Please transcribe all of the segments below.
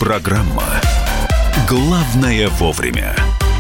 Программа «Главное вовремя».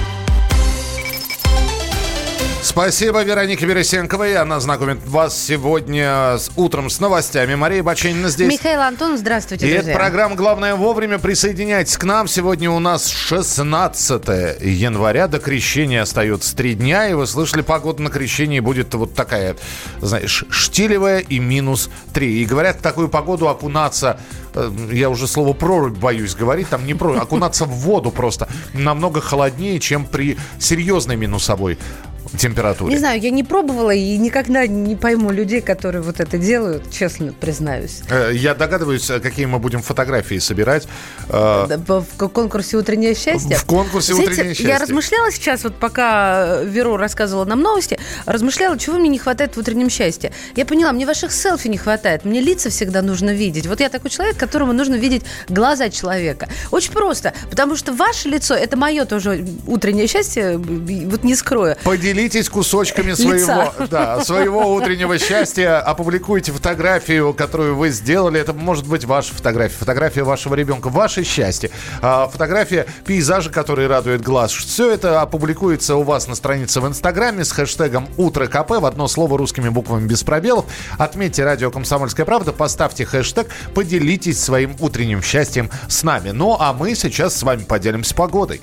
Спасибо Веронике Вересенковой. Она знакомит вас сегодня утром с новостями. Мария Баченина здесь. Михаил Антонов, здравствуйте, друзья. И это программа «Главное вовремя». Присоединяйтесь к нам. Сегодня у нас 16 января. До крещения остается 3 дня. И вы слышали, погода на крещении будет вот такая, знаешь, штилевая и -3. И говорят, в такую погоду окунаться... Я уже слово «прорубь» боюсь говорить. Там не прорубь. Окунаться в воду просто намного холоднее, чем при серьезной минусовой температуре. Не знаю, я не пробовала и никогда не пойму людей, которые вот это делают, честно признаюсь. Я догадываюсь, какие мы будем фотографии собирать. В конкурсе «Утреннее счастье». В конкурсе «Утреннее счастье». Я размышляла сейчас, вот пока Веру рассказывала нам новости, размышляла, чего мне не хватает в «Утреннем счастье». Я поняла, мне ваших селфи не хватает, мне лица всегда нужно видеть. Вот я такой человек, которому нужно видеть глаза человека. Очень просто, потому что ваше лицо, это мое тоже «Утреннее счастье», вот не скрою. Поделитесь кусочками своего утреннего счастья. Опубликуйте фотографию, которую вы сделали. Это может быть ваша фотография, фотография вашего ребенка, ваше счастье, фотография пейзажа, который радует глаз. Все это опубликуется у вас на странице в Инстаграме с хэштегом «Утро КП» в одно слово русскими буквами без пробелов. Отметьте «Радио Комсомольская правда», поставьте хэштег, поделитесь своим утренним счастьем с нами. Ну, а мы сейчас с вами поделимся погодой.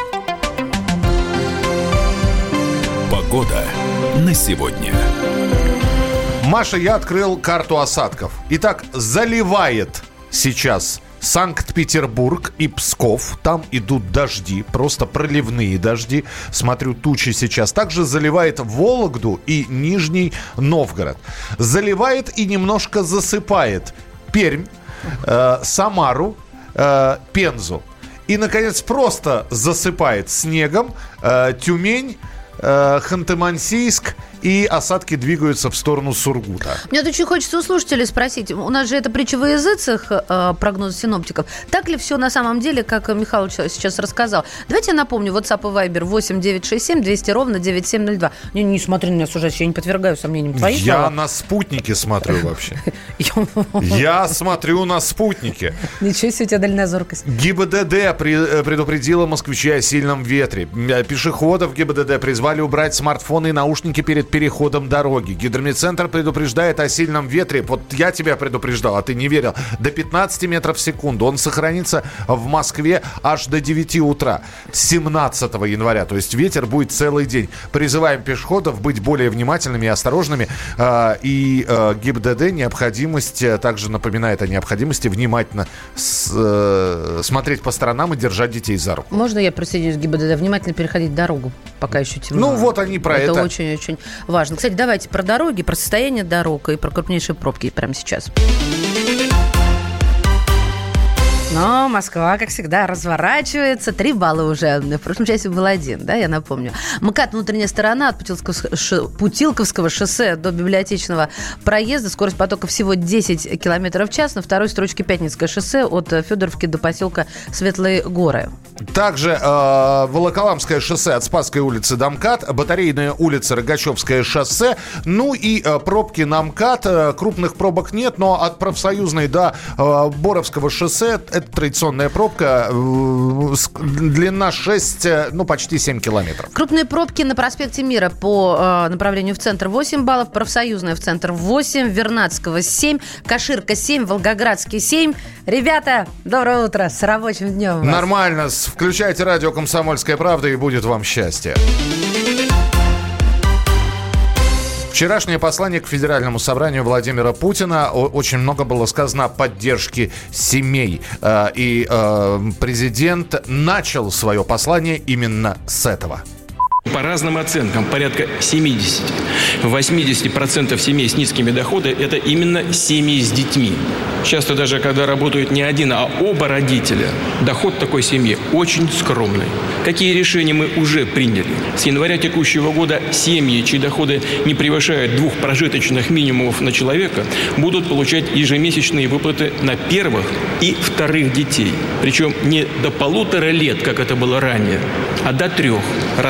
Погода на сегодня. Маша, я открыл карту осадков. Итак, заливает сейчас Санкт-Петербург и Псков. Там идут дожди, просто проливные дожди. Смотрю, тучи сейчас. Также заливает Вологду и Нижний Новгород. Заливает и немножко засыпает Пермь, Самару, Пензу. И, наконец, просто засыпает снегом Тюмень, Ханты-Мансийск, и осадки двигаются в сторону Сургута. Мне очень хочется у слушателей спросить. У нас же это притча во языцах, прогноз синоптиков. Так ли все на самом деле, как Михаил сейчас рассказал? Давайте я напомню. WhatsApp и Viber 8 967 200 ровно 9702. Не смотри на меня с ужасом, я не подвергаю сомнениям твои слова. Я на спутнике смотрю вообще. Я смотрю на спутнике. Ничего себе у тебя дальнозоркость. ГИБДД предупредила москвичей о сильном ветре. Пешеходов ГИБДД призвали убрать смартфоны и наушники перед переходом дороги. Гидромедцентр предупреждает о сильном ветре. Вот я тебя предупреждал, а ты не верил. До 15 метров в секунду. Он сохранится в Москве аж до 9 утра. 17 января. То есть ветер будет целый день. Призываем пешеходов быть более внимательными и осторожными. И ГИБДД также напоминает о необходимости внимательно смотреть по сторонам и держать детей за руку. Можно я присоединюсь к ГИБДД? Внимательно переходить дорогу, пока еще темно. Ну, вот они про это. Это очень-очень важно. Кстати, давайте про дороги, про состояние дорог и про крупнейшие пробки прямо сейчас. Но Москва, как всегда, разворачивается. 3 балла уже. В прошлом часе был 1, да, я напомню. МКАД «Внутренняя сторона» от Путилковского шоссе до Библиотечного проезда. Скорость потока всего 10 км в час. На второй строчке Пятницкое шоссе от Федоровки до поселка Светлые Горы. Также Волоколамское шоссе от Спасской улицы до МКАД, Батарейная улица, Рогачевское шоссе. Ну и пробки на МКАД. Крупных пробок нет, но от Профсоюзной до Боровского шоссе это традиционная пробка. Длина 6, почти 7 километров. Крупные пробки на проспекте Мира по направлению в центр 8 баллов, Профсоюзная в центр 8, Вернадского 7, Каширка 7, Волгоградский 7. Ребята, доброе утро, с рабочим днем вас. Нормально, включайте радио «Комсомольская правда» и будет вам счастье. Вчерашнее послание к Федеральному собранию Владимира Путина. Очень много было сказано о поддержке семей. И президент начал свое послание именно с этого. По разным оценкам, порядка 70-80% семей с низкими доходами – это именно семьи с детьми. Часто даже, когда работают не один, а оба родителя, доход такой семьи очень скромный. Какие решения мы уже приняли? С января текущего года семьи, чьи доходы не превышают 2 прожиточных минимумов на человека, будут получать ежемесячные выплаты на первых и вторых детей. Причем не до 1,5 лет, как это было ранее, а до 3. Размер выплаты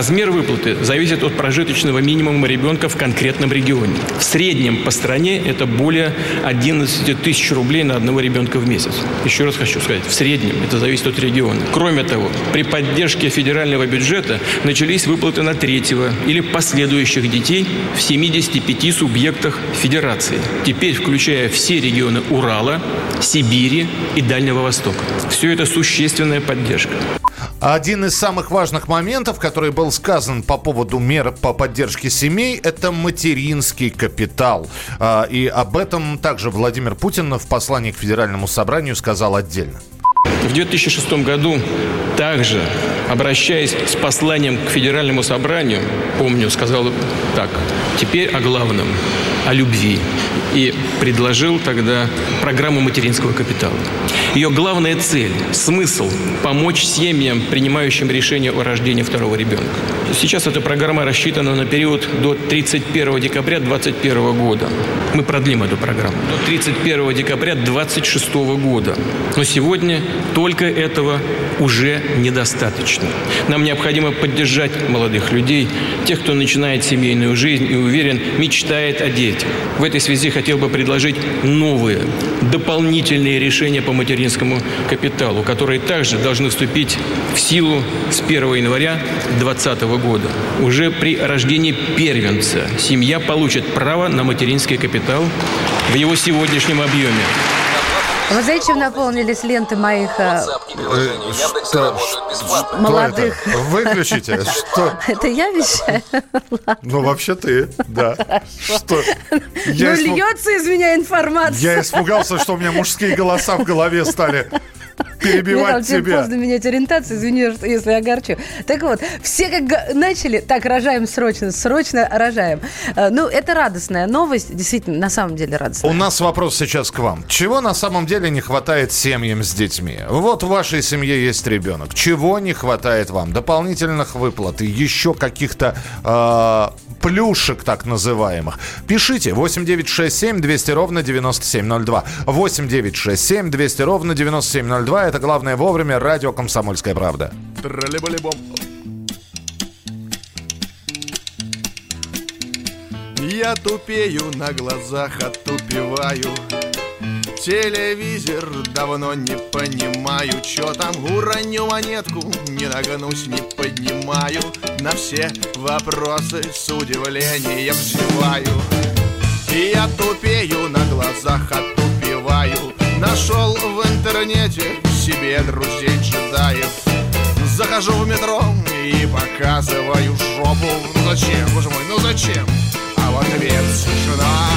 выплаты зависят от прожиточного минимума ребенка в конкретном регионе. В среднем по стране это более 11 тысяч рублей на одного ребенка в месяц. Еще раз хочу сказать, в среднем это зависит от региона. Кроме того, при поддержке федерального бюджета начались выплаты на третьего или последующих детей в 75 субъектах федерации. Теперь включая все регионы Урала, Сибири и Дальнего Востока. Все это существенная поддержка. Один из самых важных моментов, который был сказан по поводу мер по поддержке семей, это материнский капитал. И об этом также Владимир Путин в послании к Федеральному собранию сказал отдельно. В 2006 году также, обращаясь с посланием к Федеральному собранию, помню, сказал так: теперь о главном, о любви. И предложил тогда программу материнского капитала. Ее главная цель, смысл – помочь семьям, принимающим решение о рождении второго ребенка. Сейчас эта программа рассчитана на период до 31 декабря 2021 года. Мы продлим эту программу до 31 декабря 2026 года. Но сегодня только этого уже недостаточно. Нам необходимо поддержать молодых людей, тех, кто начинает семейную жизнь и, уверен, мечтает о детях. В этой связи хотел бы предложить новые, дополнительные решения по материнскому капиталу, которые также должны вступить в силу с 1 января 2020 года. Уже при рождении первенца семья получит право на материнский капитал в его сегодняшнем объеме. Вы знаете, чем наполнились ленты моих молодых? Это? Выключите. Что? Это я вещаю? Ну, вообще ты, да. Что? Льется из меня информация. Я испугался, что у меня мужские голоса в голове стали перебивать тебя. Поздно менять ориентацию, извини, если огорчу. Так вот, все как начали, так, рожаем срочно рожаем. Ну, это радостная новость, действительно, на самом деле радостная. У нас вопрос сейчас к вам. Чего на самом деле не хватает семьям с детьми? Вот в вашей семье есть ребенок. Чего не хватает вам? Дополнительных выплат и еще каких-то плюшек, так называемых. Пишите 8967 200 ровно 9702. 8967 200 ровно 9702. Это главное вовремя. Радио «Комсомольская правда». Я тупею, на глазах отупеваю. Телевизор давно не понимаю, чё там, уроню монетку, не нагнусь, не поднимаю. На все вопросы с удивлением зеваю. И я тупею, на глазах отупеваю. Нашел в интернете себе друзей-джедаев. Захожу в метро и показываю жопу. Ну зачем, боже мой, ну зачем? А в ответ тишина.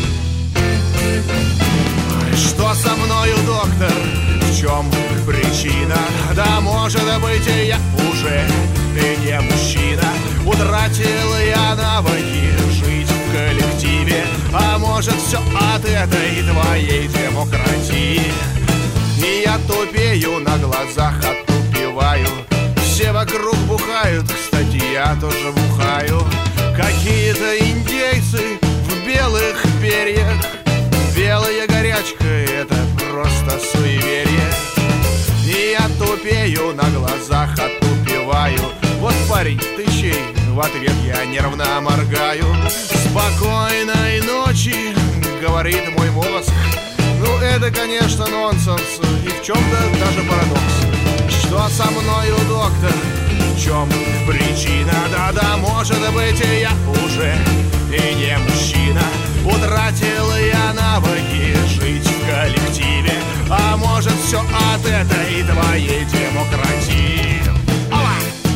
Что со мною, доктор? В чем причина? Да, может быть, я уже и не мужчина. Утратил я навыки жить в коллективе. А может, все от этой твоей демократии. И я тупею, на глазах отупеваю. Все вокруг бухают, кстати, я тоже бухаю. Какие-то индейцы в белых перьях. Белая горячка — это просто суеверие. И я тупею, на глазах отупеваю. Вот, парень, ты чей? В ответ я нервно моргаю. Спокойной ночи, говорит мой мозг. Ну, это, конечно, нонсенс и в чем-то даже парадокс. Что со мною, доктор? В чем причина? Да-да, может быть, я уже и не мужчина. Утратил я навыки жить в коллективе. А может, все от этой твоей демократии. Опа!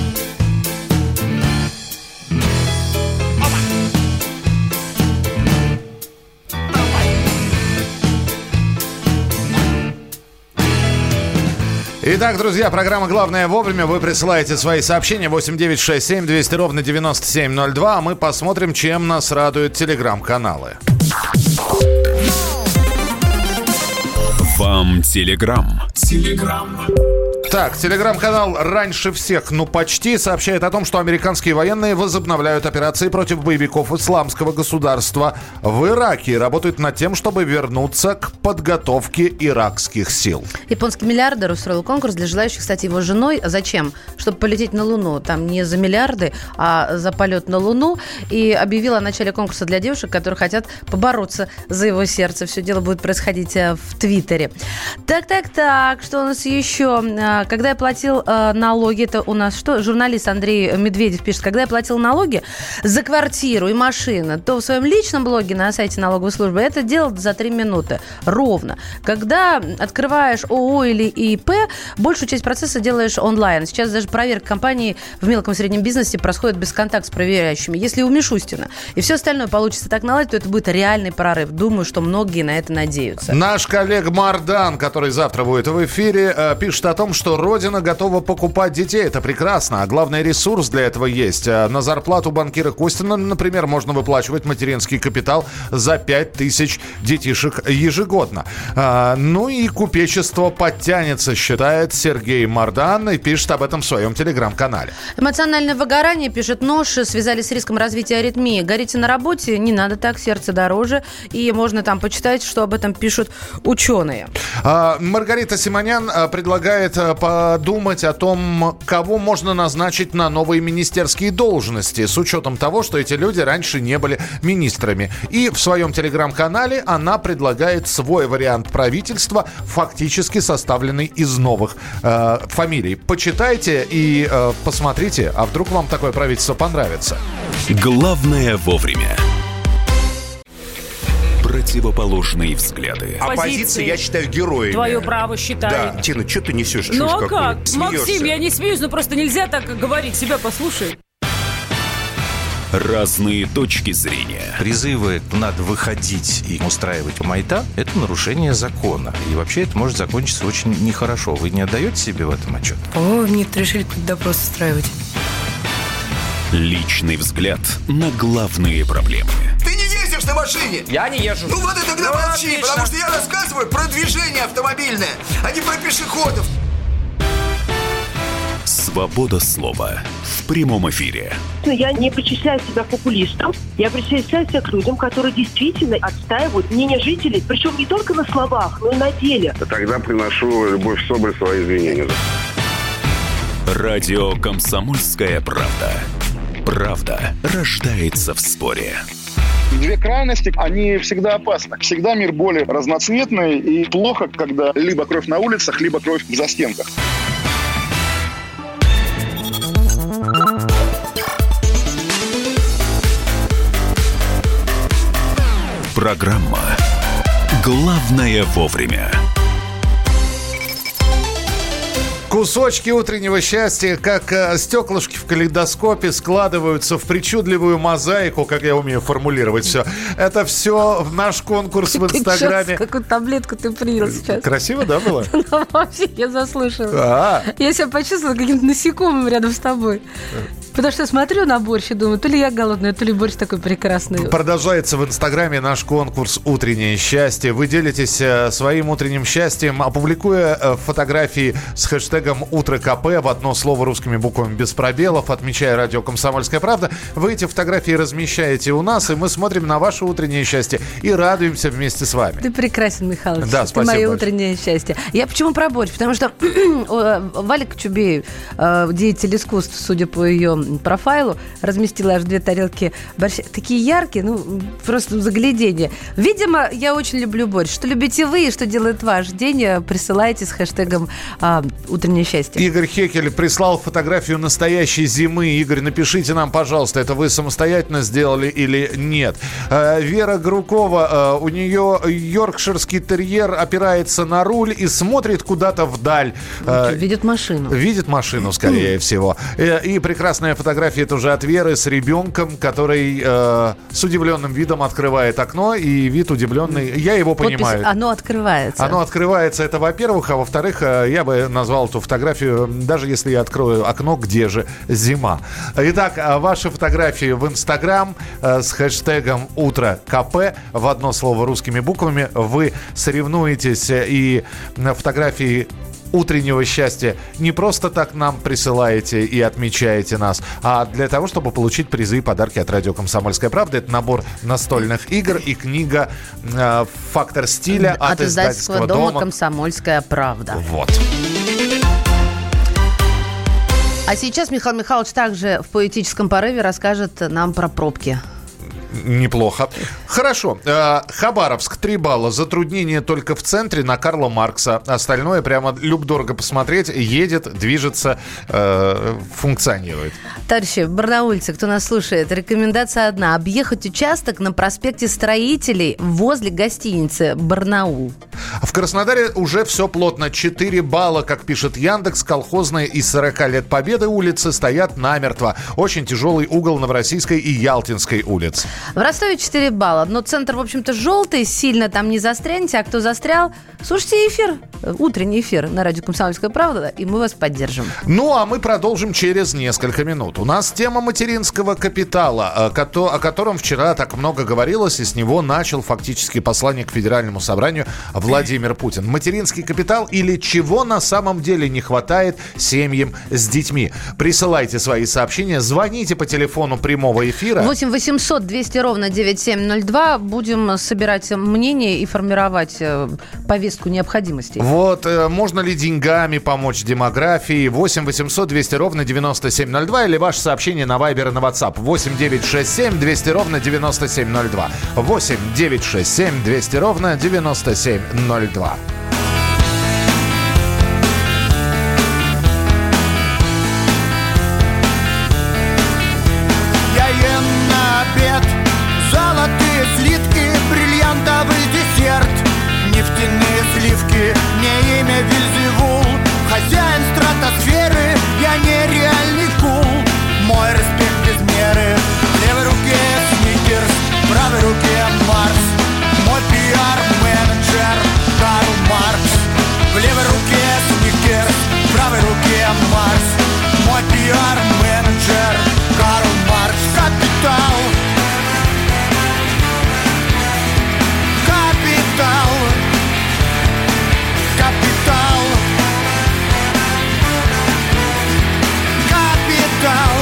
Опа! Давай! Итак, друзья, программа «Главное вовремя». Вы присылаете свои сообщения 8967 200 ровно 9702. А мы посмотрим, чем нас радуют телеграм-каналы. Вам телеграм. Так, телеграм-канал «Раньше всех», ну почти, сообщает о том, что американские военные возобновляют операции против боевиков исламского государства в Ираке и работают над тем, чтобы вернуться к подготовке иракских сил. Японский миллиардер устроил конкурс для желающих стать его женой. Зачем? Чтобы полететь на Луну. Там не за миллиарды, а за полет на Луну. И объявил о начале конкурса для девушек, которые хотят побороться за его сердце. Все дело будет происходить в Твиттере. Так, что у нас еще? Когда я платил налоги, это у нас что? Журналист Андрей Медведев пишет, когда я платил налоги за квартиру и машину, то в своем личном блоге на сайте налоговой службы это делал за 3 минуты. Ровно. Когда открываешь ООО или ИП, большую часть процесса делаешь онлайн. Сейчас даже проверка компании в мелком и среднем бизнесе происходит без контакта с проверяющими. Если у Мишустина и все остальное получится так наладить, то это будет реальный прорыв. Думаю, что многие на это надеются. Наш коллега Мардан, который завтра будет в эфире, пишет о том, что Родина готова покупать детей. Это прекрасно. А главное, ресурс для этого есть. На зарплату банкира Костина, например, можно выплачивать материнский капитал за 5000 детишек ежегодно. Ну и купечество подтянется, считает Сергей Мардан, и пишет об этом в своем телеграм-канале. Эмоциональное выгорание, пишет Ноши, связали с риском развития аритмии. Горите на работе, не надо так, сердце дороже. И можно там почитать, что об этом пишут ученые. Маргарита Симонян предлагает подумать о том, кого можно назначить на новые министерские должности, с учетом того, что эти люди раньше не были министрами. И в своем телеграм-канале она предлагает свой вариант правительства, фактически составленный из новых фамилий. Почитайте и посмотрите, а вдруг вам такое правительство понравится. Главное вовремя. Противоположные взгляды. Оппозиция, я считаю, героями. Твое право считаю. Да, Тина, что ты несешь? Ну а как? Смеешься. Максим, я не смеюсь, но просто нельзя так говорить. Себя послушай. Разные точки зрения. Призывы «надо выходить и устраивать майдан» — это нарушение закона. И вообще это может закончиться очень нехорошо. Вы не отдаете себе в этом отчет? По-моему, нет, решили какой-то допрос устраивать. Личный взгляд на главные проблемы. Ты не ездишь на машине? Я не езжу. Ну вот и тогда молчи, отлично. потому что я рассказываю про движение автомобильное, а не про пешеходов. Свобода слова в прямом эфире. Я не причисляю себя к популистам, я причисляю себя к людям, которые действительно отстаивают мнение жителей, причем не только на словах, но и на деле. Тогда приношу Любовь Соболь свои извинения. Радио «Комсомольская правда». Правда рождается в споре. Две крайности, они всегда опасны. Всегда мир более разноцветный, и плохо, когда либо кровь на улицах, либо кровь в застенках. Программа «Главное вовремя». Кусочки утреннего счастья, как стеклышки в калейдоскопе, складываются в причудливую мозаику, как я умею формулировать все. Это все в наш конкурс в Инстаграме. Какую таблетку ты принял сейчас? Красиво, да, было? Ну, вообще, я заслушала. Я себя почувствовала каким-то насекомым рядом с тобой. Потому что я смотрю на борщ и думаю, то ли я голодная, то ли борщ такой прекрасный. Продолжается в Инстаграме наш конкурс «Утреннее счастье». Вы делитесь своим утренним счастьем, опубликуя фотографии с хэштегом «Утро КП» в одно слово русскими буквами без пробелов, отмечая радио «Комсомольская правда». Вы эти фотографии размещаете у нас, и мы смотрим на ваше утреннее счастье и радуемся вместе с вами. Ты прекрасен, Михалыч. Да, ты спасибо мое большое. утреннее счастье. Я почему про борщ? Потому что Валик Чубеев, деятель искусств, судя по ее профайлу, разместила аж 2 тарелки борща. Такие яркие, ну, просто загляденье. Видимо, я очень люблю борщ. Что любите вы и что делает ваш день, присылайте с хэштегом «Утреннее счастье». Игорь Хекель прислал фотографию настоящей зимы. Игорь, напишите нам, пожалуйста, это вы самостоятельно сделали или нет. Вера Грукова, у нее йоркширский терьер опирается на руль и смотрит куда-то вдаль. Видит машину. Видит машину, скорее всего. И прекрасная фотография тоже от Веры с ребенком, который с удивленным видом открывает окно, и вид удивленный. Я его понимаю. Подпись «Оно открывается». Оно открывается, это во-первых. А во-вторых, я бы назвал эту фотографию, даже если я открою окно, где же зима. Итак, ваши фотографии в Инстаграм с хэштегом «Утро КП» в одно слово русскими буквами. Вы соревнуетесь, и фотографии утреннего счастья не просто так нам присылаете и отмечаете нас, а для того, чтобы получить призы и подарки от радио «Комсомольская правда». Это набор настольных игр и книга «Фактор стиля» от издательского дома «Комсомольская правда». Вот. А сейчас Михаил Михайлович также в поэтическом порыве расскажет нам про пробки. Неплохо. Хорошо. Хабаровск 3 балла. Затруднение только в центре на Карла Маркса. Остальное прямо люб-дорого посмотреть. Едет, движется, функционирует. Товарищи барнаульцы, кто нас слушает, рекомендация одна. Объехать участок на проспекте Строителей возле гостиницы «Барнаул». В Краснодаре уже все плотно. 4 балла, как пишет Яндекс. Колхозные и 40 лет Победы улицы стоят намертво. Очень тяжелый угол Новороссийской и Ялтинской улиц. В Ростове 4 балла. Но центр, в общем-то, желтый. Сильно там не застрянете. А кто застрял, слушайте эфир. Утренний эфир на радио «Комсомольская правда». И мы вас поддержим. Ну, а мы продолжим через несколько минут. У нас тема материнского капитала, о котором вчера так много говорилось. И с него начал фактически послание к Федеральному собранию Владимир Путин. Материнский капитал или чего на самом деле не хватает семьям с детьми? Присылайте свои сообщения. Звоните по телефону прямого эфира. 8 800 200 ровно 9702. Будем собирать мнение и формировать повестку необходимостей. Вот, можно ли деньгами помочь демографии? 8 800 200 ровно 9702. Или ваше сообщение на Вайбер и на WhatsApp. 8 967 200 ровно 9702. 8 967 200 ровно 9702. Я ем на обед золотые слитки, бриллиантовый десерт, нефтяные сливки, мне имя Вельзевул, хозяин стратосферы, я нереальный кул, мой респект без меры, в левой руке Сникерс, в правой руке Марс, мой пиар-менеджер Карл Маркс, в левой руке Сникерс, в правой руке Марс, мой пиар-менеджер Карл Маркс. Капитал, капитал, капитал, капитал.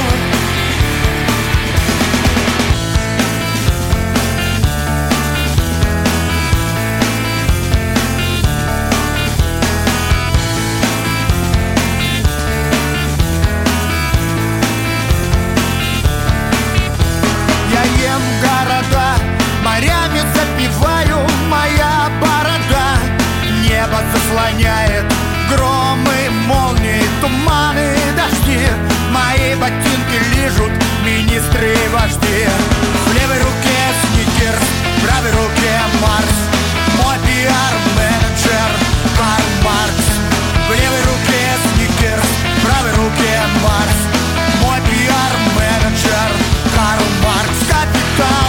Я ем города, морями запиваю, моя борода небо заслоняет, громы, молнии, туманы, дожди, мои ботинки лижут министры и вожди. В левой руке Сникерс, в правой руке Марс, мой пиар-менеджер Карл Маркс. В левой руке Сникерс, в правой руке Марс, мой пиар-менеджер Карл Маркс. Капитал,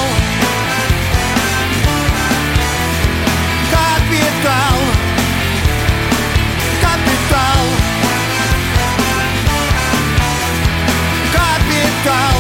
капитал, капитал, капитал.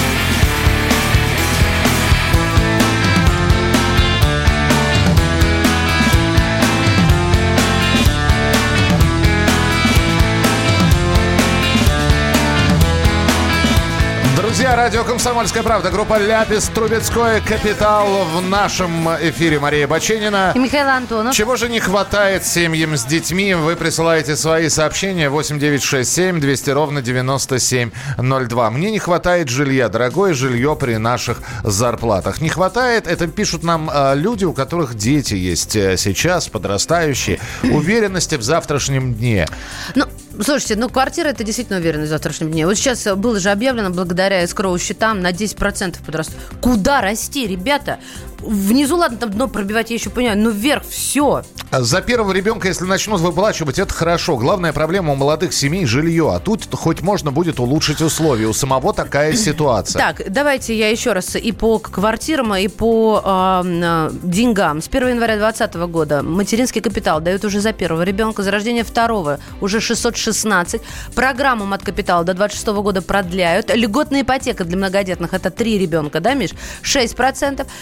Друзья, радио «Комсомольская правда», группа «Ляпис», Трубецкой, «Капитал». В нашем эфире Мария Баченина. И Михаил Антонов. Чего же не хватает семьям с детьми? Вы присылаете свои сообщения 8 967 200 ровно 9702. Мне не хватает жилья. Дорогое жилье при наших зарплатах. Не хватает, это пишут нам люди, у которых дети есть сейчас, подрастающие. Уверенности в завтрашнем дне. Ну, слушайте, квартира – это действительно уверенность в завтрашнем дне. Вот сейчас было же объявлено, благодаря эскроу-счетам, на 10% подрастут. Куда расти, ребята? Внизу, ладно, там дно пробивать, я еще понимаю, но вверх все. За первого ребенка, если начнут выплачивать, это хорошо. Главная проблема у молодых семей – жилье. А тут хоть можно будет улучшить условия. У самого такая ситуация. Так, давайте я еще раз и по квартирам, и по деньгам. С 1 января 2020 года материнский капитал дают уже за первого ребенка, за рождение второго уже 616. Программу мат-капитала до 26 года продляют. Льготная ипотека для многодетных – это 3 ребенка, да, Миш? 6%. Бесплатная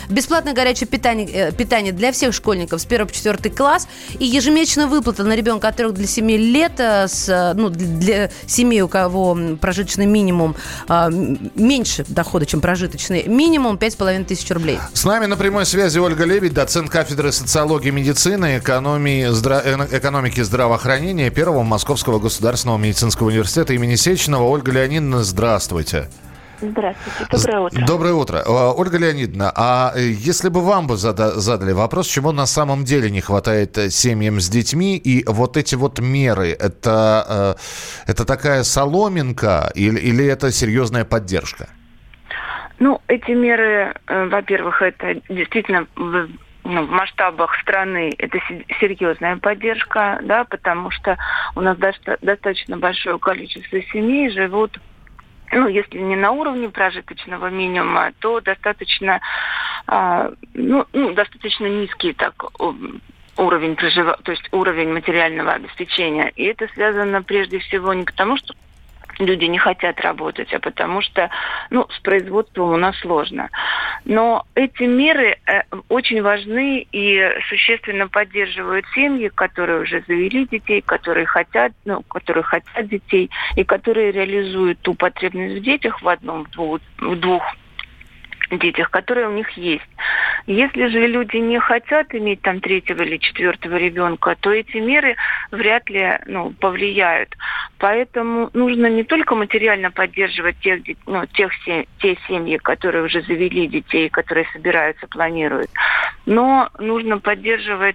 бесплатное горячее питание для всех школьников с 1 по 4 класс и ежемесячная выплата на ребенка от 3 до 7 лет для семей, у кого прожиточный минимум меньше дохода, чем прожиточный минимум, 5500 рублей. С нами на прямой связи Ольга Лебедь, доцент кафедры социологии, медицины, экономики и здравоохранения Первого Московского государственного медицинского университета имени Сеченова. Ольга Леонидовна, здравствуйте. Здравствуйте, доброе утро. Доброе утро. Ольга Леонидовна, а если бы вам бы задали вопрос, чего на самом деле не хватает семьям с детьми, и вот эти вот меры, это такая соломинка или это серьезная поддержка? Ну, эти меры, во-первых, это действительно в масштабах страны это серьезная поддержка, да, потому что у нас достаточно большое количество семей живут, если не на уровне прожиточного минимума, то достаточно, достаточно низкий уровень то есть уровень материального обеспечения. И это связано прежде всего не потому, что люди не хотят работать, а потому что, с производством у нас сложно. Но эти меры очень важны и существенно поддерживают семьи, которые уже завели детей, которые хотят детей и которые реализуют ту потребность в детях в одном, в двух детях, которые у них есть. Если же люди не хотят иметь там 3-го или 4-го ребенка, то эти меры вряд ли повлияют. Поэтому нужно не только материально поддерживать те семьи, которые уже завели детей, которые собираются, планируют, но нужно поддерживать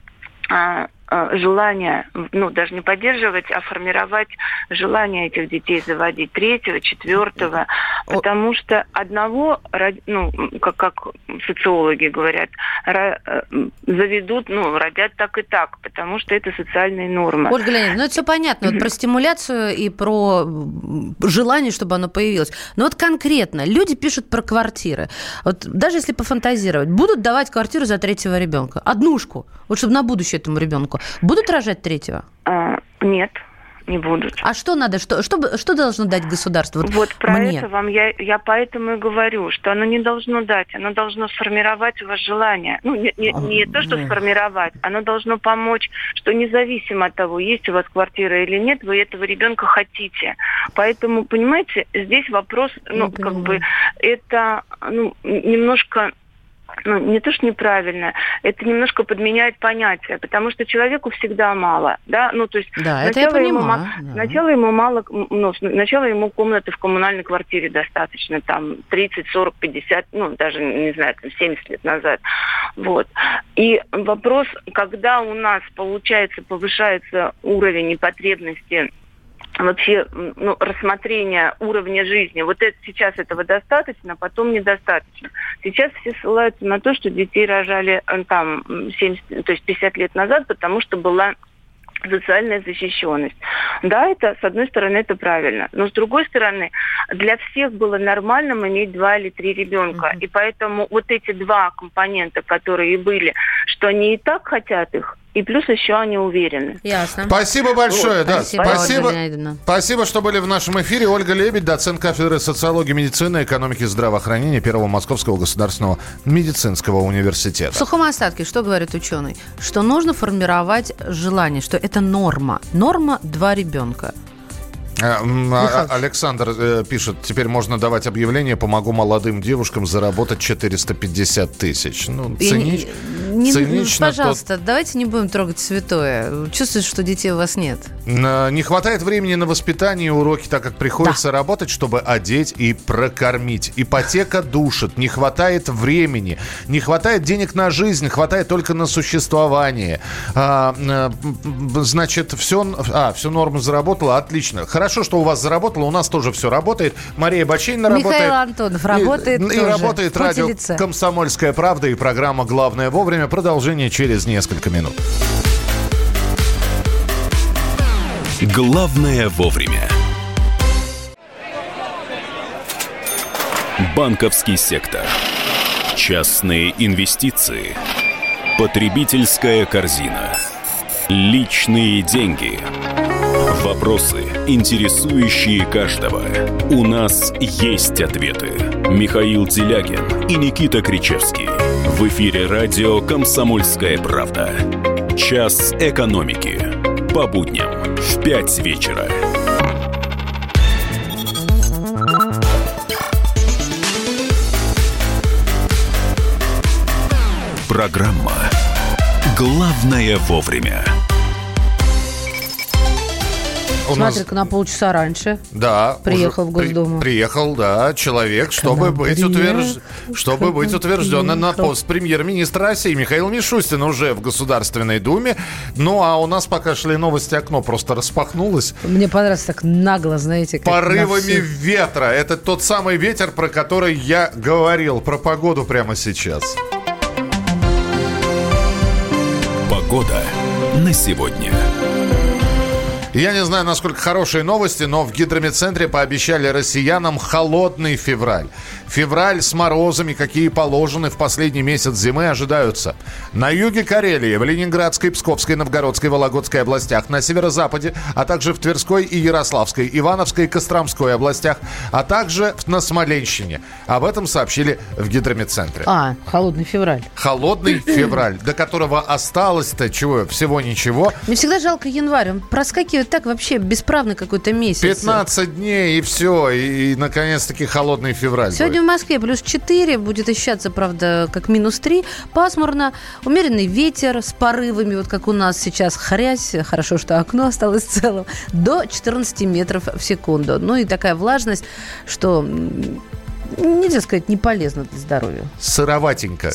желание, даже не поддерживать, а формировать желание этих детей заводить 3-го, 4-го, потому что одного, как социологи говорят, заведут, родят так и так, потому что это социальные нормы. Ольга Леонидовна, это все понятно, вот про стимуляцию и про желание, чтобы оно появилось. Но вот конкретно, люди пишут про квартиры. Вот даже если пофантазировать, будут давать квартиру за 3-го ребенка, однушку, вот чтобы на будущее этому ребенку. Будут рожать 3-го? Нет, не будут. А что надо? Что должно дать государство? Вот про это вам я поэтому и говорю, что оно не должно дать, оно должно сформировать у вас желание. Не то, что сформировать, оно должно помочь, что независимо от того, есть у вас квартира или нет, вы этого ребенка хотите. Поэтому, понимаете, здесь вопрос, это немножко... не то, что неправильно, это немножко подменяет понятие, потому что человеку всегда мало, да, то есть сначала ему комнаты в коммунальной квартире достаточно, там, 30, 40, 50, даже, не знаю, 70 лет назад, вот. И вопрос, когда у нас, получается, повышается уровень и потребности вообще рассмотрения уровня жизни. Вот это сейчас этого достаточно, потом недостаточно. Сейчас все ссылаются на то, что детей рожали 50 лет назад, потому что была социальная защищенность. Да, это, с одной стороны, это правильно. Но, с другой стороны, для всех было нормальным иметь 2 или 3 ребенка. И поэтому вот эти 2 компонента, которые были, что они и так хотят их, и плюс еще они уверены. Ясно. Спасибо большое. Спасибо. Спасибо, что были в нашем эфире. Ольга Лебедь, доцент кафедры социологии, медицины, экономики и здравоохранения Первого Московского государственного медицинского университета. В сухом остатке, что говорит ученый? Что нужно формировать желание, что это норма. Норма 2 ребенка. Александр пишет, теперь можно давать объявление «Помогу молодым девушкам заработать 450 тысяч». Цинично. Пожалуйста, давайте не будем трогать святое. Чувствуешь, что детей у вас нет? Не хватает времени на воспитание и уроки, так как приходится работать, чтобы одеть и прокормить. Ипотека душит, не хватает времени, не хватает денег на жизнь, хватает только на существование. Значит, все норма заработала, отлично. Хорошо, что у вас заработало, у нас тоже все работает. Мария Бачинина работает. Михаил Антонов работает тоже. И работает радио «Комсомольская правда» и программа «Главное вовремя». Продолжение через несколько минут. Главное вовремя. Банковский сектор. Частные инвестиции. Потребительская корзина. Личные деньги. Вопросы, интересующие каждого. У нас есть ответы. Михаил Делягин и Никита Кричевский. В эфире радио «Комсомольская правда». Час экономики. По будням в 5 вечера. Программа «Главное вовремя». Смотри-ка, на полчаса раньше приехал в Госдуму. Приехал, да, человек, чтобы быть утвержденным на пост премьер-министра России. Михаил Мишустин уже в Государственной Думе. Ну, а у нас пока шли новости, окно просто распахнулось. Мне понравилось так нагло, знаете. Как порывами ветра. Это тот самый ветер, про который я говорил, про погоду прямо сейчас. Погода на сегодня. Я не знаю, насколько хорошие новости, но в гидрометцентре пообещали россиянам холодный февраль. Февраль с морозами, какие положены в последний месяц зимы, ожидаются. На юге Карелии, в Ленинградской, Псковской, Новгородской, Вологодской областях, на северо-западе, а также в Тверской и Ярославской, Ивановской и Костромской областях, а также на Смоленщине. Об этом сообщили в гидрометцентре. Холодный февраль. Холодный февраль, до которого осталось-то чего? Всего ничего. Мне всегда жалко январь. Он проскакивает так вообще бесправный какой-то месяц. 15 дней и все. И наконец-таки холодный февраль. Сегодня в Москве плюс 4. Будет ощущаться, правда, как минус 3. Пасмурно. Умеренный ветер с порывами, вот как у нас сейчас хрясь. Хорошо, что окно осталось целым. До 14 метров в секунду. Ну и такая влажность, что... нельзя сказать, не полезно для здоровья. Сыроватенько.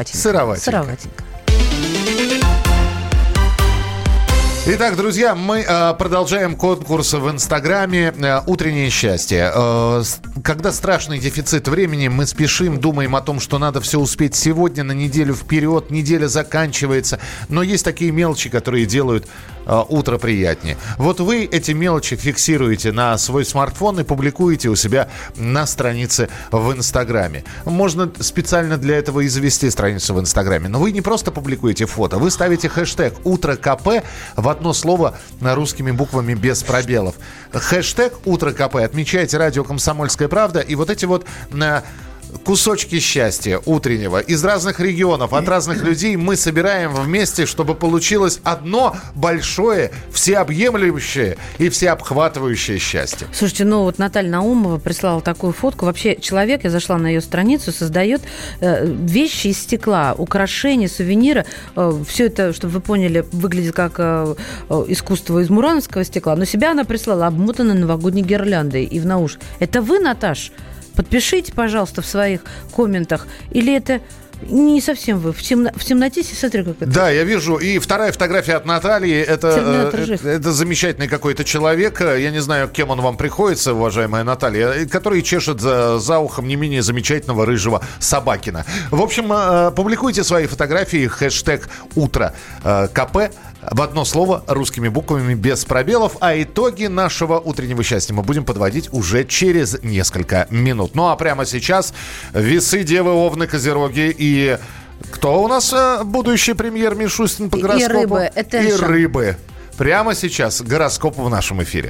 Итак, друзья, мы продолжаем конкурс в Инстаграме «Утреннее счастье». Когда страшный дефицит времени, мы спешим, думаем о том, что надо все успеть сегодня, на неделю вперед, неделя заканчивается. Но есть такие мелочи, которые делают утро приятнее. Вот вы эти мелочи фиксируете на свой смартфон и публикуете у себя на странице в Инстаграме. Можно специально для этого и завести страницу в Инстаграме. Но вы не просто публикуете фото, вы ставите хэштег «Утро КП» в одно слово русскими буквами без пробелов. Хэштег «Утро КП». Отмечаете радио «Комсомольская правда». И вот эти вот кусочки счастья утреннего из разных регионов, от разных людей мы собираем вместе, чтобы получилось одно большое, всеобъемлющее и всеобхватывающее счастье. Слушайте, вот Наталья Наумова прислала такую фотку. Вообще человек, я зашла на ее страницу, создает вещи из стекла, украшения, сувениры. Все это, чтобы вы поняли, выглядит как искусство из мурановского стекла. Но себя она прислала обмотанной новогодней гирляндой и в наушниках. Это вы, Наташ? Подпишите, пожалуйста, в своих комментах. Или это не совсем вы? В темноте, смотри, как это. Да, я вижу. И вторая фотография от Натальи. Это замечательный какой-то человек. Я не знаю, кем он вам приходится, уважаемая Наталья, который чешет за ухом не менее замечательного рыжего Собакина. В общем, публикуйте свои фотографии. Хэштег «Утро КП». В одно слово, русскими буквами, без пробелов. А итоги нашего утреннего счастья мы будем подводить уже через несколько минут. Ну а прямо сейчас Весы, Девы, Овны, Козероги и... Кто у нас будущий премьер Мишустин по гороскопу? И Рыбы. И Рыбы. Прямо сейчас гороскоп в нашем эфире.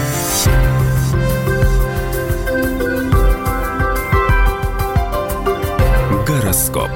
Гороскоп.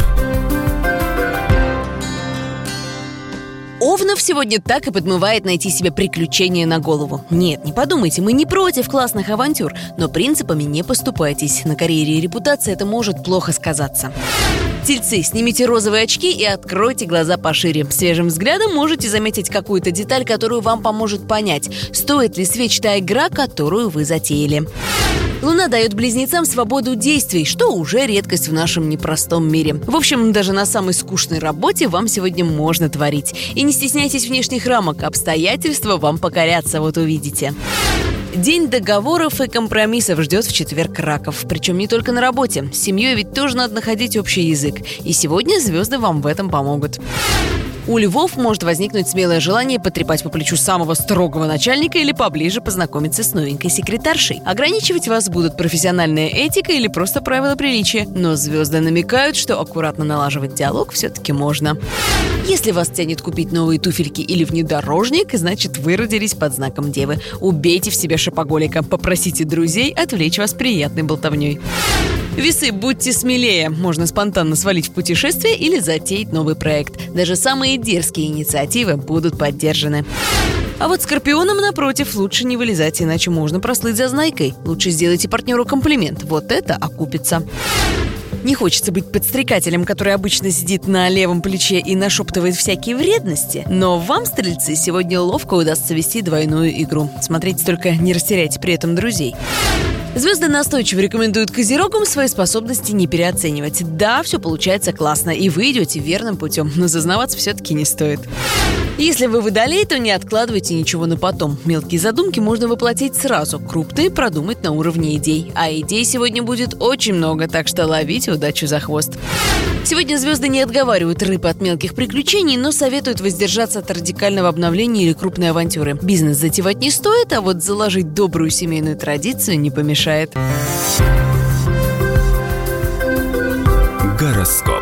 Овнов сегодня так и подмывает найти себе приключения на голову. Нет, не подумайте, мы не против классных авантюр, но принципами не поступайтесь. На карьере и репутации это может плохо сказаться. Тельцы, снимите розовые очки и откройте глаза пошире. Свежим взглядом можете заметить какую-то деталь, которую вам поможет понять, стоит ли свеч та игра, которую вы затеяли. Луна дает близнецам свободу действий, что уже редкость в нашем непростом мире. В общем, даже на самой скучной работе вам сегодня можно творить. И не стесняйтесь внешних рамок, обстоятельства вам покорятся, вот увидите. День договоров и компромиссов ждет в четверг раков. Причем не только на работе. С семьей ведь тоже надо находить общий язык. И сегодня звезды вам в этом помогут. У львов может возникнуть смелое желание потрепать по плечу самого строгого начальника или поближе познакомиться с новенькой секретаршей. Ограничивать вас будут профессиональная этика или просто правила приличия. Но звезды намекают, что аккуратно налаживать диалог все-таки можно. Если вас тянет купить новые туфельки или внедорожник, значит вы родились под знаком Девы. Убейте в себе шопоголика, попросите друзей отвлечь вас приятной болтовней. Весы, будьте смелее. Можно спонтанно свалить в путешествие или затеять новый проект. Даже самые дерзкие инициативы будут поддержаны. А вот скорпионам, напротив, лучше не вылезать, иначе можно прослыть зазнайкой. Лучше сделайте партнеру комплимент. Вот это окупится. Не хочется быть подстрекателем, который обычно сидит на левом плече и нашептывает всякие вредности. Но вам, стрельцы, сегодня ловко удастся вести двойную игру. Смотрите, только не растеряйте при этом друзей. Звезды настойчиво рекомендуют козерогам свои способности не переоценивать. Да, все получается классно, и вы идете верным путем, но зазнаваться все-таки не стоит. Если вы водолей, то не откладывайте ничего на потом. Мелкие задумки можно воплотить сразу, крупные продумать на уровне идей. А идей сегодня будет очень много, так что ловите удачу за хвост. Сегодня звезды не отговаривают рыб от мелких приключений, но советуют воздержаться от радикального обновления или крупной авантюры. Бизнес затевать не стоит, а вот заложить добрую семейную традицию не помешает. Гороскоп.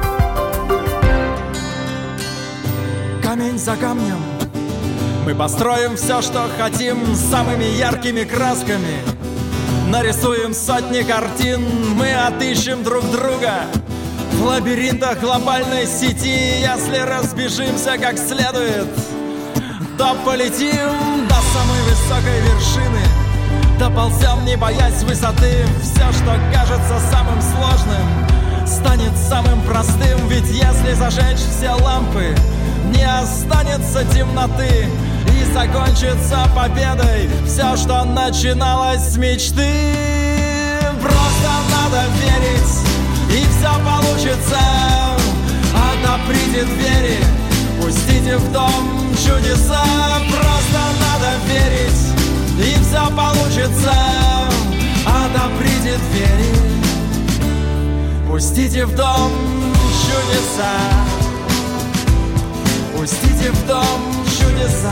Камень за камнем мы построим все, что хотим, самыми яркими красками. Нарисуем сотни картин, мы отыщем друг друга в лабиринтах глобальной сети. Если разбежимся как следует, то полетим до самой высокой вершины. Доползем, не боясь высоты. Все, что кажется самым сложным, станет самым простым. Ведь если зажечь все лампы, не останется темноты, и закончится победой все, что начиналось с мечты. Просто надо верить, и все получится. Отоприте двери, пустите в дом чудеса. Просто надо верить, и все получится. Отоприте двери, пустите в дом чудеса. Пустите в дом чудеса.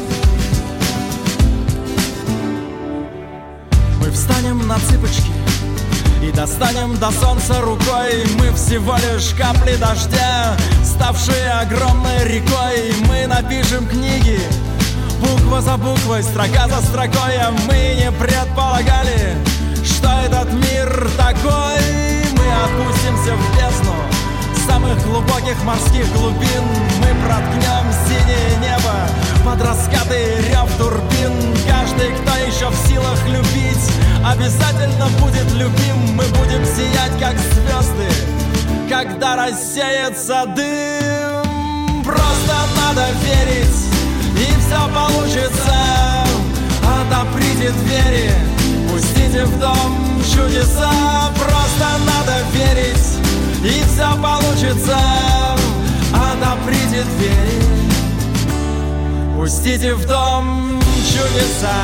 Мы встанем на цыпочки и достанем до солнца рукой. Мы всего лишь капли дождя, ставшие огромной рекой. Мы напишем книги буква за буквой, строка за строкой. А мы не предполагали, что этот мир такой. Мы опустимся в бездну самых глубоких морских глубин. Мы проткнем синее небо под раскаты и рев турбин. Каждый, кто еще в силах любить, обязательно будет любим. Мы будем сиять, как звезды, когда рассеется дым. Просто надо верить, и все получится. Отоприте двери, пустите в дом чудеса. Просто надо верить, и все получится. Отоприте двери, пустите в дом чудеса.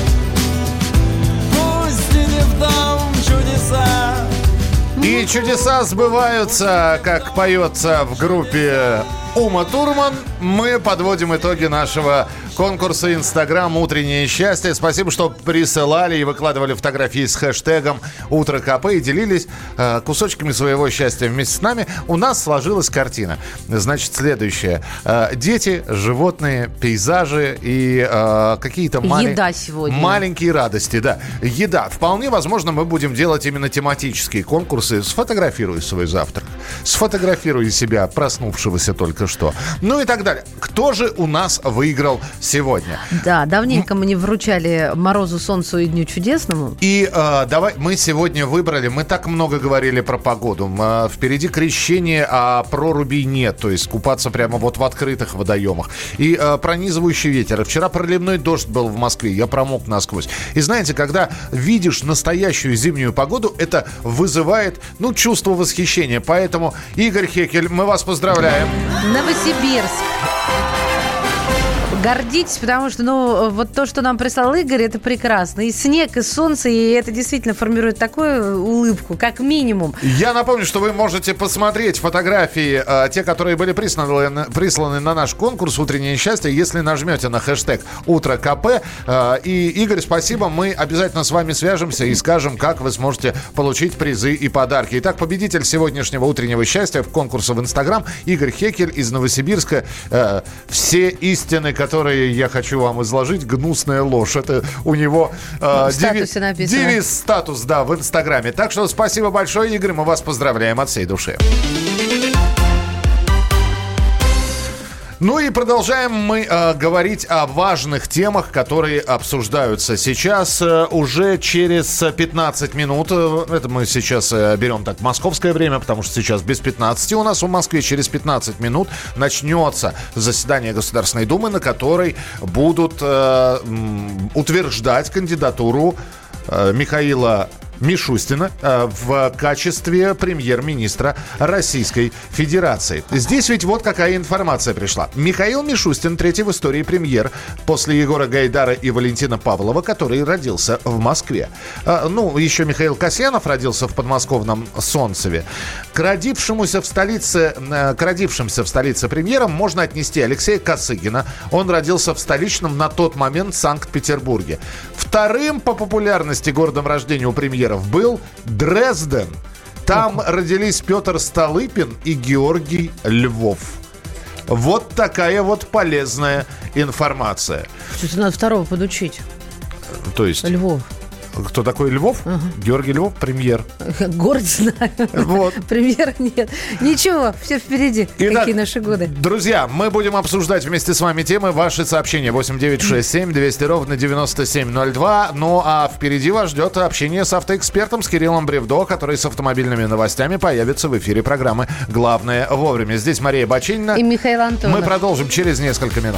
Пустите в дом чудеса. И чудеса сбываются, как поется в группе Ума Турман. Мы подводим итоги нашего конкурса «Инстаграм. Утреннее счастье». Спасибо, что присылали и выкладывали фотографии с хэштегом «Утро КП» и делились кусочками своего счастья вместе с нами. У нас сложилась картина. Значит, следующее. Дети, животные, пейзажи и какие-то еда сегодня. Маленькие радости. Да. Еда. Вполне возможно, мы будем делать именно тематические конкурсы. Сфотографируй свой завтрак. Сфотографируй себя, проснувшегося только что. Ну и так далее. Кто же у нас выиграл сегодня? Да, давненько мы не вручали Морозу, Солнцу и Дню Чудесному. И давай, мы сегодня выбрали, мы так много говорили про погоду. Впереди крещение, а прорубей нет. То есть купаться прямо вот в открытых водоемах. И пронизывающий ветер. Вчера проливной дождь был в Москве. Я промок насквозь. И знаете, когда видишь настоящую зимнюю погоду, это вызывает, чувство восхищения. Поэтому, Игорь Хекель, мы вас поздравляем. Новосибирск. Гордитесь, потому что, вот то, что нам прислал Игорь, это прекрасно. И снег, и солнце, и это действительно формирует такую улыбку, как минимум. Я напомню, что вы можете посмотреть фотографии, те, которые были присланы на наш конкурс «Утреннее счастье», если нажмете на хэштег «Утро КП». И, Игорь, спасибо. Мы обязательно с вами свяжемся и скажем, как вы сможете получить призы и подарки. Итак, победитель сегодняшнего «Утреннего счастья» в конкурсе в Инстаграм Игорь Хекель из Новосибирска. Все истины, которые которые я хочу вам изложить, гнусная ложь. Это у него девиз статус, да, в Инстаграме. Так что спасибо большое, Игорь, мы вас поздравляем от всей души. Ну и продолжаем мы говорить о важных темах, которые обсуждаются сейчас. Уже через 15 минут, это мы сейчас берем так московское время, потому что сейчас без 15 у нас в Москве, через 15 минут начнется заседание Государственной Думы, на которой будут утверждать кандидатуру Михаила Мишустина в качестве премьер-министра Российской Федерации. Здесь ведь вот какая информация пришла. Михаил Мишустин, третий в истории премьер после Егора Гайдара и Валентина Павлова, который родился в Москве. Еще Михаил Касьянов родился в подмосковном Солнцеве. К родившимся в столице премьерам можно отнести Алексея Косыгина. Он родился в столичном на тот момент Санкт-Петербурге. Вторым по популярности городом рождения у премьеров был Дрезден. Там родились Петр Столыпин и Георгий Львов. Вот такая вот полезная информация. Что-то надо второго подучить. То есть? Львов. Кто такой Львов? Георгий Львов, премьер. Город знаю. Вот. Премьера нет. Ничего, все впереди. Итак, какие наши годы. Друзья, мы будем обсуждать вместе с вами темы. Ваши сообщения 8967 200 ровно 9702. Ну а впереди вас ждет общение с автоэкспертом, с Кириллом Бревдо, который с автомобильными новостями появится в эфире программы «Главное вовремя». Здесь Мария Бачинина. И Михаил Антонов. Мы продолжим через несколько минут.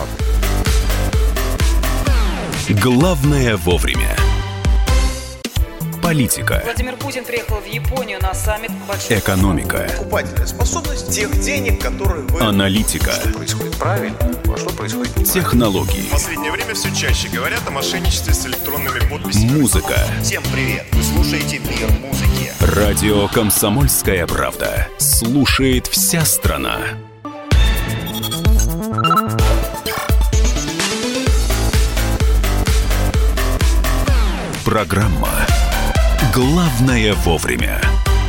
«Главное вовремя». Политика. Владимир Путин приехал в Японию на саммит большой... Экономика. Покупательная способность тех денег, которые вы... Аналитика. Что происходит правильно, а что происходит неправильно. Технологии. В последнее время все чаще говорят о мошенничестве с электронными подписями. Музыка. Всем привет! Вы слушаете «Мир музыки». Радио «Комсомольская правда». Слушает вся страна. Программа «Главное вовремя».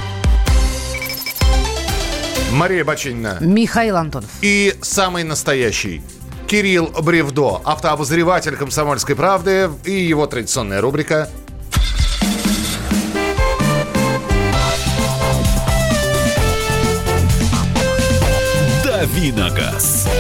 Мария Бачинина. Михаил Антонов. И самый настоящий Кирилл Бревдо, автообозреватель «Комсомольской правды», и его традиционная рубрика «Дави на газ».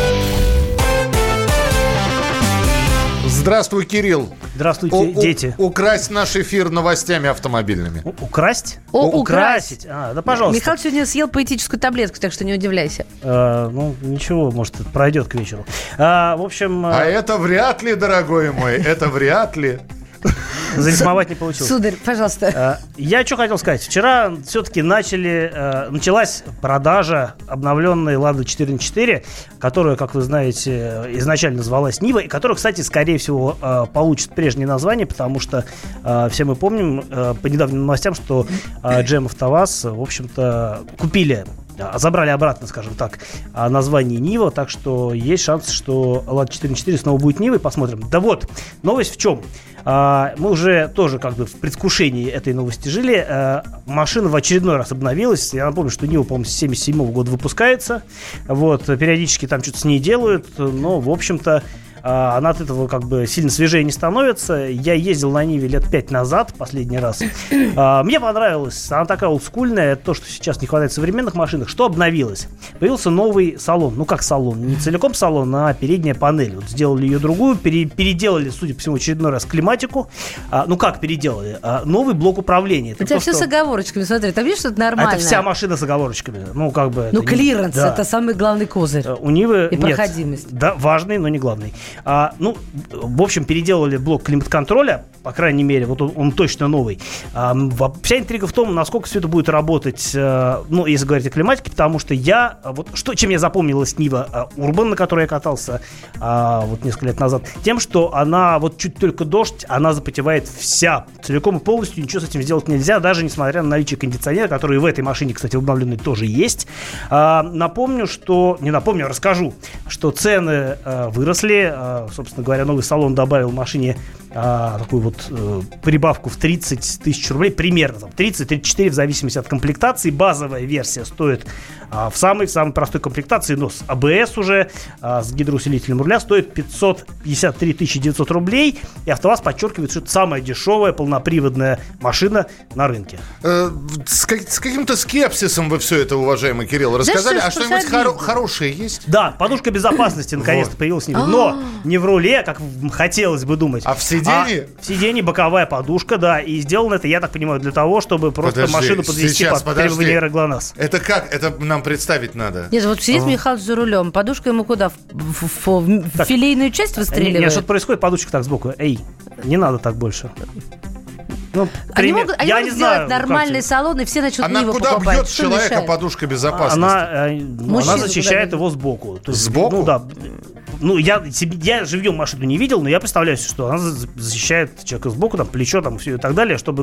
Здравствуй, Кирилл. Здравствуйте, дети. Украсть наш эфир новостями автомобильными. Украсть? Украсить. Да, пожалуйста. Михаил сегодня съел поэтическую таблетку, так что не удивляйся. Ничего, может, это пройдет к вечеру. В общем... А это вряд ли, дорогой мой, это вряд ли. Зарифмовать не получилось. Сударь, пожалуйста. Я что хотел сказать. Вчера все-таки началась продажа обновленной «Лада 4х4», которая, как вы знаете, изначально называлась «Нива», и которая, кстати, скорее всего, получит прежнее название, потому что все мы помним по недавним новостям, что GM «АвтоВАЗ», в общем-то, забрали обратно, скажем так, название «Нива», так что есть шанс, что «Лада 4х4» снова будет «Нивой», посмотрим. Да вот, новость в чем? Мы уже тоже как бы в предвкушении этой новости жили. Машина в очередной раз обновилась. Я напомню, что «Нива», по-моему, с 1977 года выпускается. Вот, периодически там что-то с ней делают, но, в общем-то, она от этого как бы сильно свежее не становится. Я ездил на Ниве лет 5 назад, последний раз. Мне понравилось. Она такая олдскульная. Это то, что сейчас не хватает в современных машинах. Что обновилось? Появился новый салон. Ну, как салон? Не целиком салон, а передняя панель. Вот сделали ее другую. Переделали, судя по всему, очередной раз климатику. Как переделали? Новый блок управления. У тебя все с оговорочками. Смотри, там видишь, что-то нормальное. Это вся машина с оговорочками. Клиренс, да. Это самый главный козырь. У Нивы и проходимость. Да, важный, но не главный. В общем, переделали блок климат-контроля, по крайней мере, вот он точно новый. Вся интрига в том, насколько все это будет работать, если говорить о климатике, потому что чем я запомнилась Нива Урбан, на которой я катался несколько лет назад, тем, что она, чуть только дождь, она запотевает вся, целиком и полностью, ничего с этим сделать нельзя, даже несмотря на наличие кондиционера, который в этой машине, кстати, обновленной тоже есть. Расскажу, что цены выросли. Собственно говоря, новый салон добавил машине такую вот прибавку в 30 тысяч рублей, примерно, 30-34 в зависимости от комплектации. Базовая версия стоит в самой простой комплектации, но с АБС уже, с гидроусилителем руля, стоит 553 900 рублей. И АвтоВАЗ подчеркивает, что это самая дешевая полноприводная машина на рынке. С каким-то скепсисом вы все это, уважаемый Кирилл, рассказали. А что-нибудь хорошее есть? Да, подушка безопасности наконец-то появилась. Но не в руле, как хотелось бы думать. А в сиденье? В сиденье боковая подушка, да. И сделано это, я так понимаю, для того, чтобы просто машину подвести под требования ГЛОНАСС. Это как? Это нам представить надо. Нет, вот сидит Михалыч за рулем, подушка ему куда? В филейную часть выстреливает? Нет, что-то происходит, подушка так сбоку. Эй, не надо так больше. Они могут сделать нормальный салон, и все начнут Ниву покупать. Она куда бьет человека подушка безопасности? Она защищает его сбоку. Сбоку? Ну да. Я живьем машину не видел, но я представляю, что она защищает человека сбоку, там, плечо, там, все и так далее, чтобы,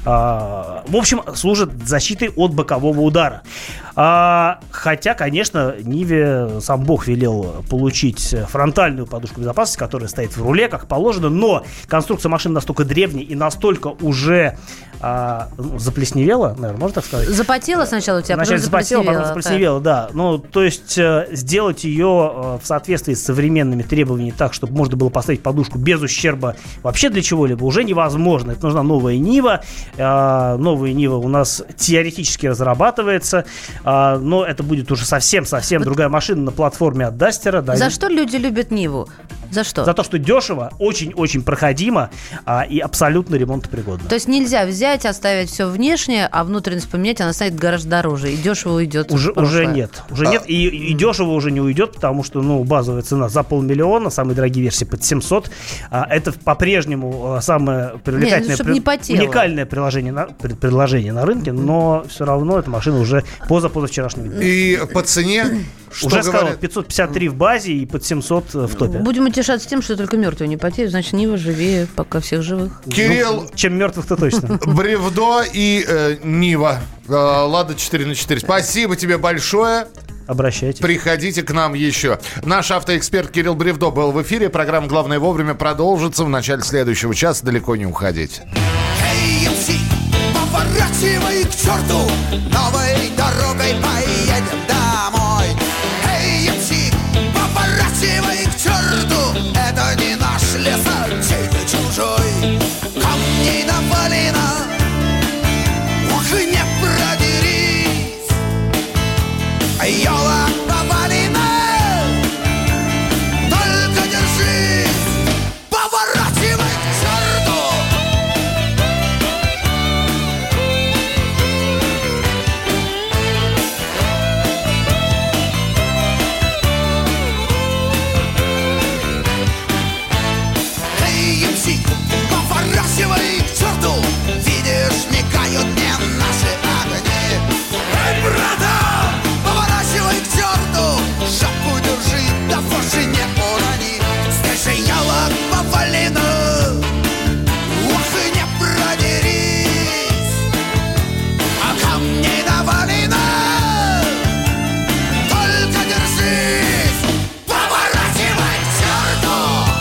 в общем, служит защитой от бокового удара. Хотя, конечно, Ниве сам Бог велел получить фронтальную подушку безопасности, которая стоит в руле, как положено, но конструкция машины настолько древняя и настолько уже заплесневела, наверное, можно так сказать? Запотела сначала у тебя, потом запотела, потом заплесневела, да. Ну, то есть сделать ее в соответствии с современными требованиями так, чтобы можно было поставить подушку без ущерба вообще для чего-либо, уже невозможно. Это нужна новая Нива. Новая Нива у нас теоретически разрабатывается, но это будет уже совсем-совсем другая машина на платформе от Дастера. Да. За что люди любят Ниву? За что? За то, что дешево, очень-очень проходимо и абсолютно ремонтопригодно. То есть нельзя взять, оставить все внешнее, а внутренность поменять, она станет гораздо дороже. И дешево уйдет. Уже нет. И дешево уже не уйдет, потому что базовая цена за 500 000, самые дорогие версии под 700. Это по-прежнему самое привлекательное, уникальное предложение на рынке, но все равно эта машина уже позавчерашнего дня. И по цене? Уже сказал, 553 в базе и под 700 в топе. Будем утешаться тем, что только мертвые не потеют, значит, Нива живее пока всех живых. Кирилл, чем мертвых-то точно. Бревдо и Нива. Лада 4х4. Спасибо тебе большое. Обращайтесь. Приходите к нам еще. Наш автоэксперт Кирилл Бревдо был в эфире. Программа «Главное вовремя» продолжится в начале следующего часа. Далеко не уходите. Поворачивай к черту, новой дорогой поедем домой. Эй, МС, поворачивай к черту, это не наш лес, а чей-то чужой. Камней навалено, ух, не продерись. Ёлок повалено, только держись. Поворачивай к черту. Поворачивай к черту, видишь, мигают мне наши огни. Эй, брата, поворачивай к черту, шапку держи, да фоши не урони. Здесь же елок повалено, ух, не продерись. А камней навалено, только держись. Поворачивай к черту.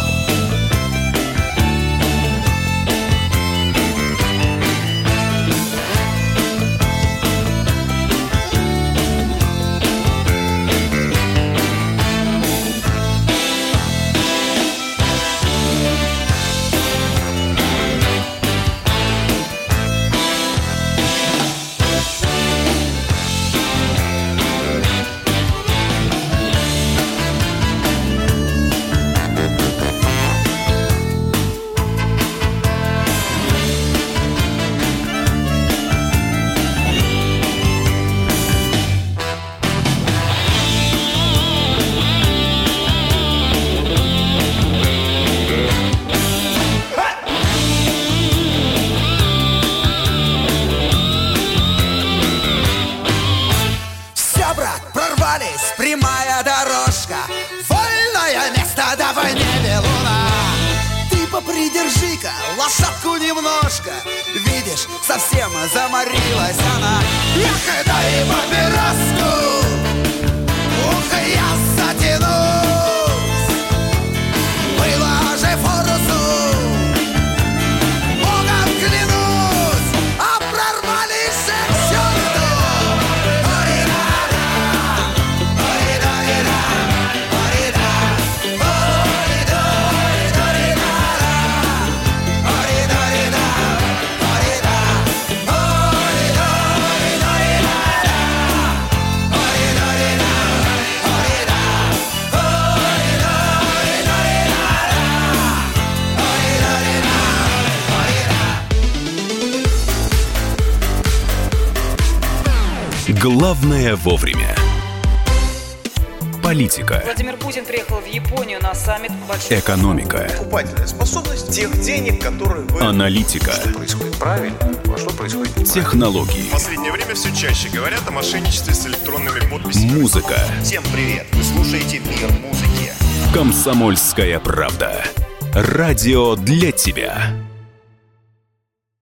Прямая дорожка, вольное место, давай не белуна. Ты попридержи-ка лошадку немножко, видишь, совсем заморилась она. Эх, дай папироску, ух, я затянусь. Было же форсу, Главное вовремя. Политика. Владимир Путин приехал в Японию на саммит большой. Экономика. Покупательная способность тех денег, которые вы... Аналитика. Что происходит правильно, а что происходит неправильно. Технологии. В последнее время все чаще говорят о мошенничестве с электронными подписями. Музыка. Всем привет! Вы слушаете «Мир музыки». Комсомольская правда. Радио для тебя.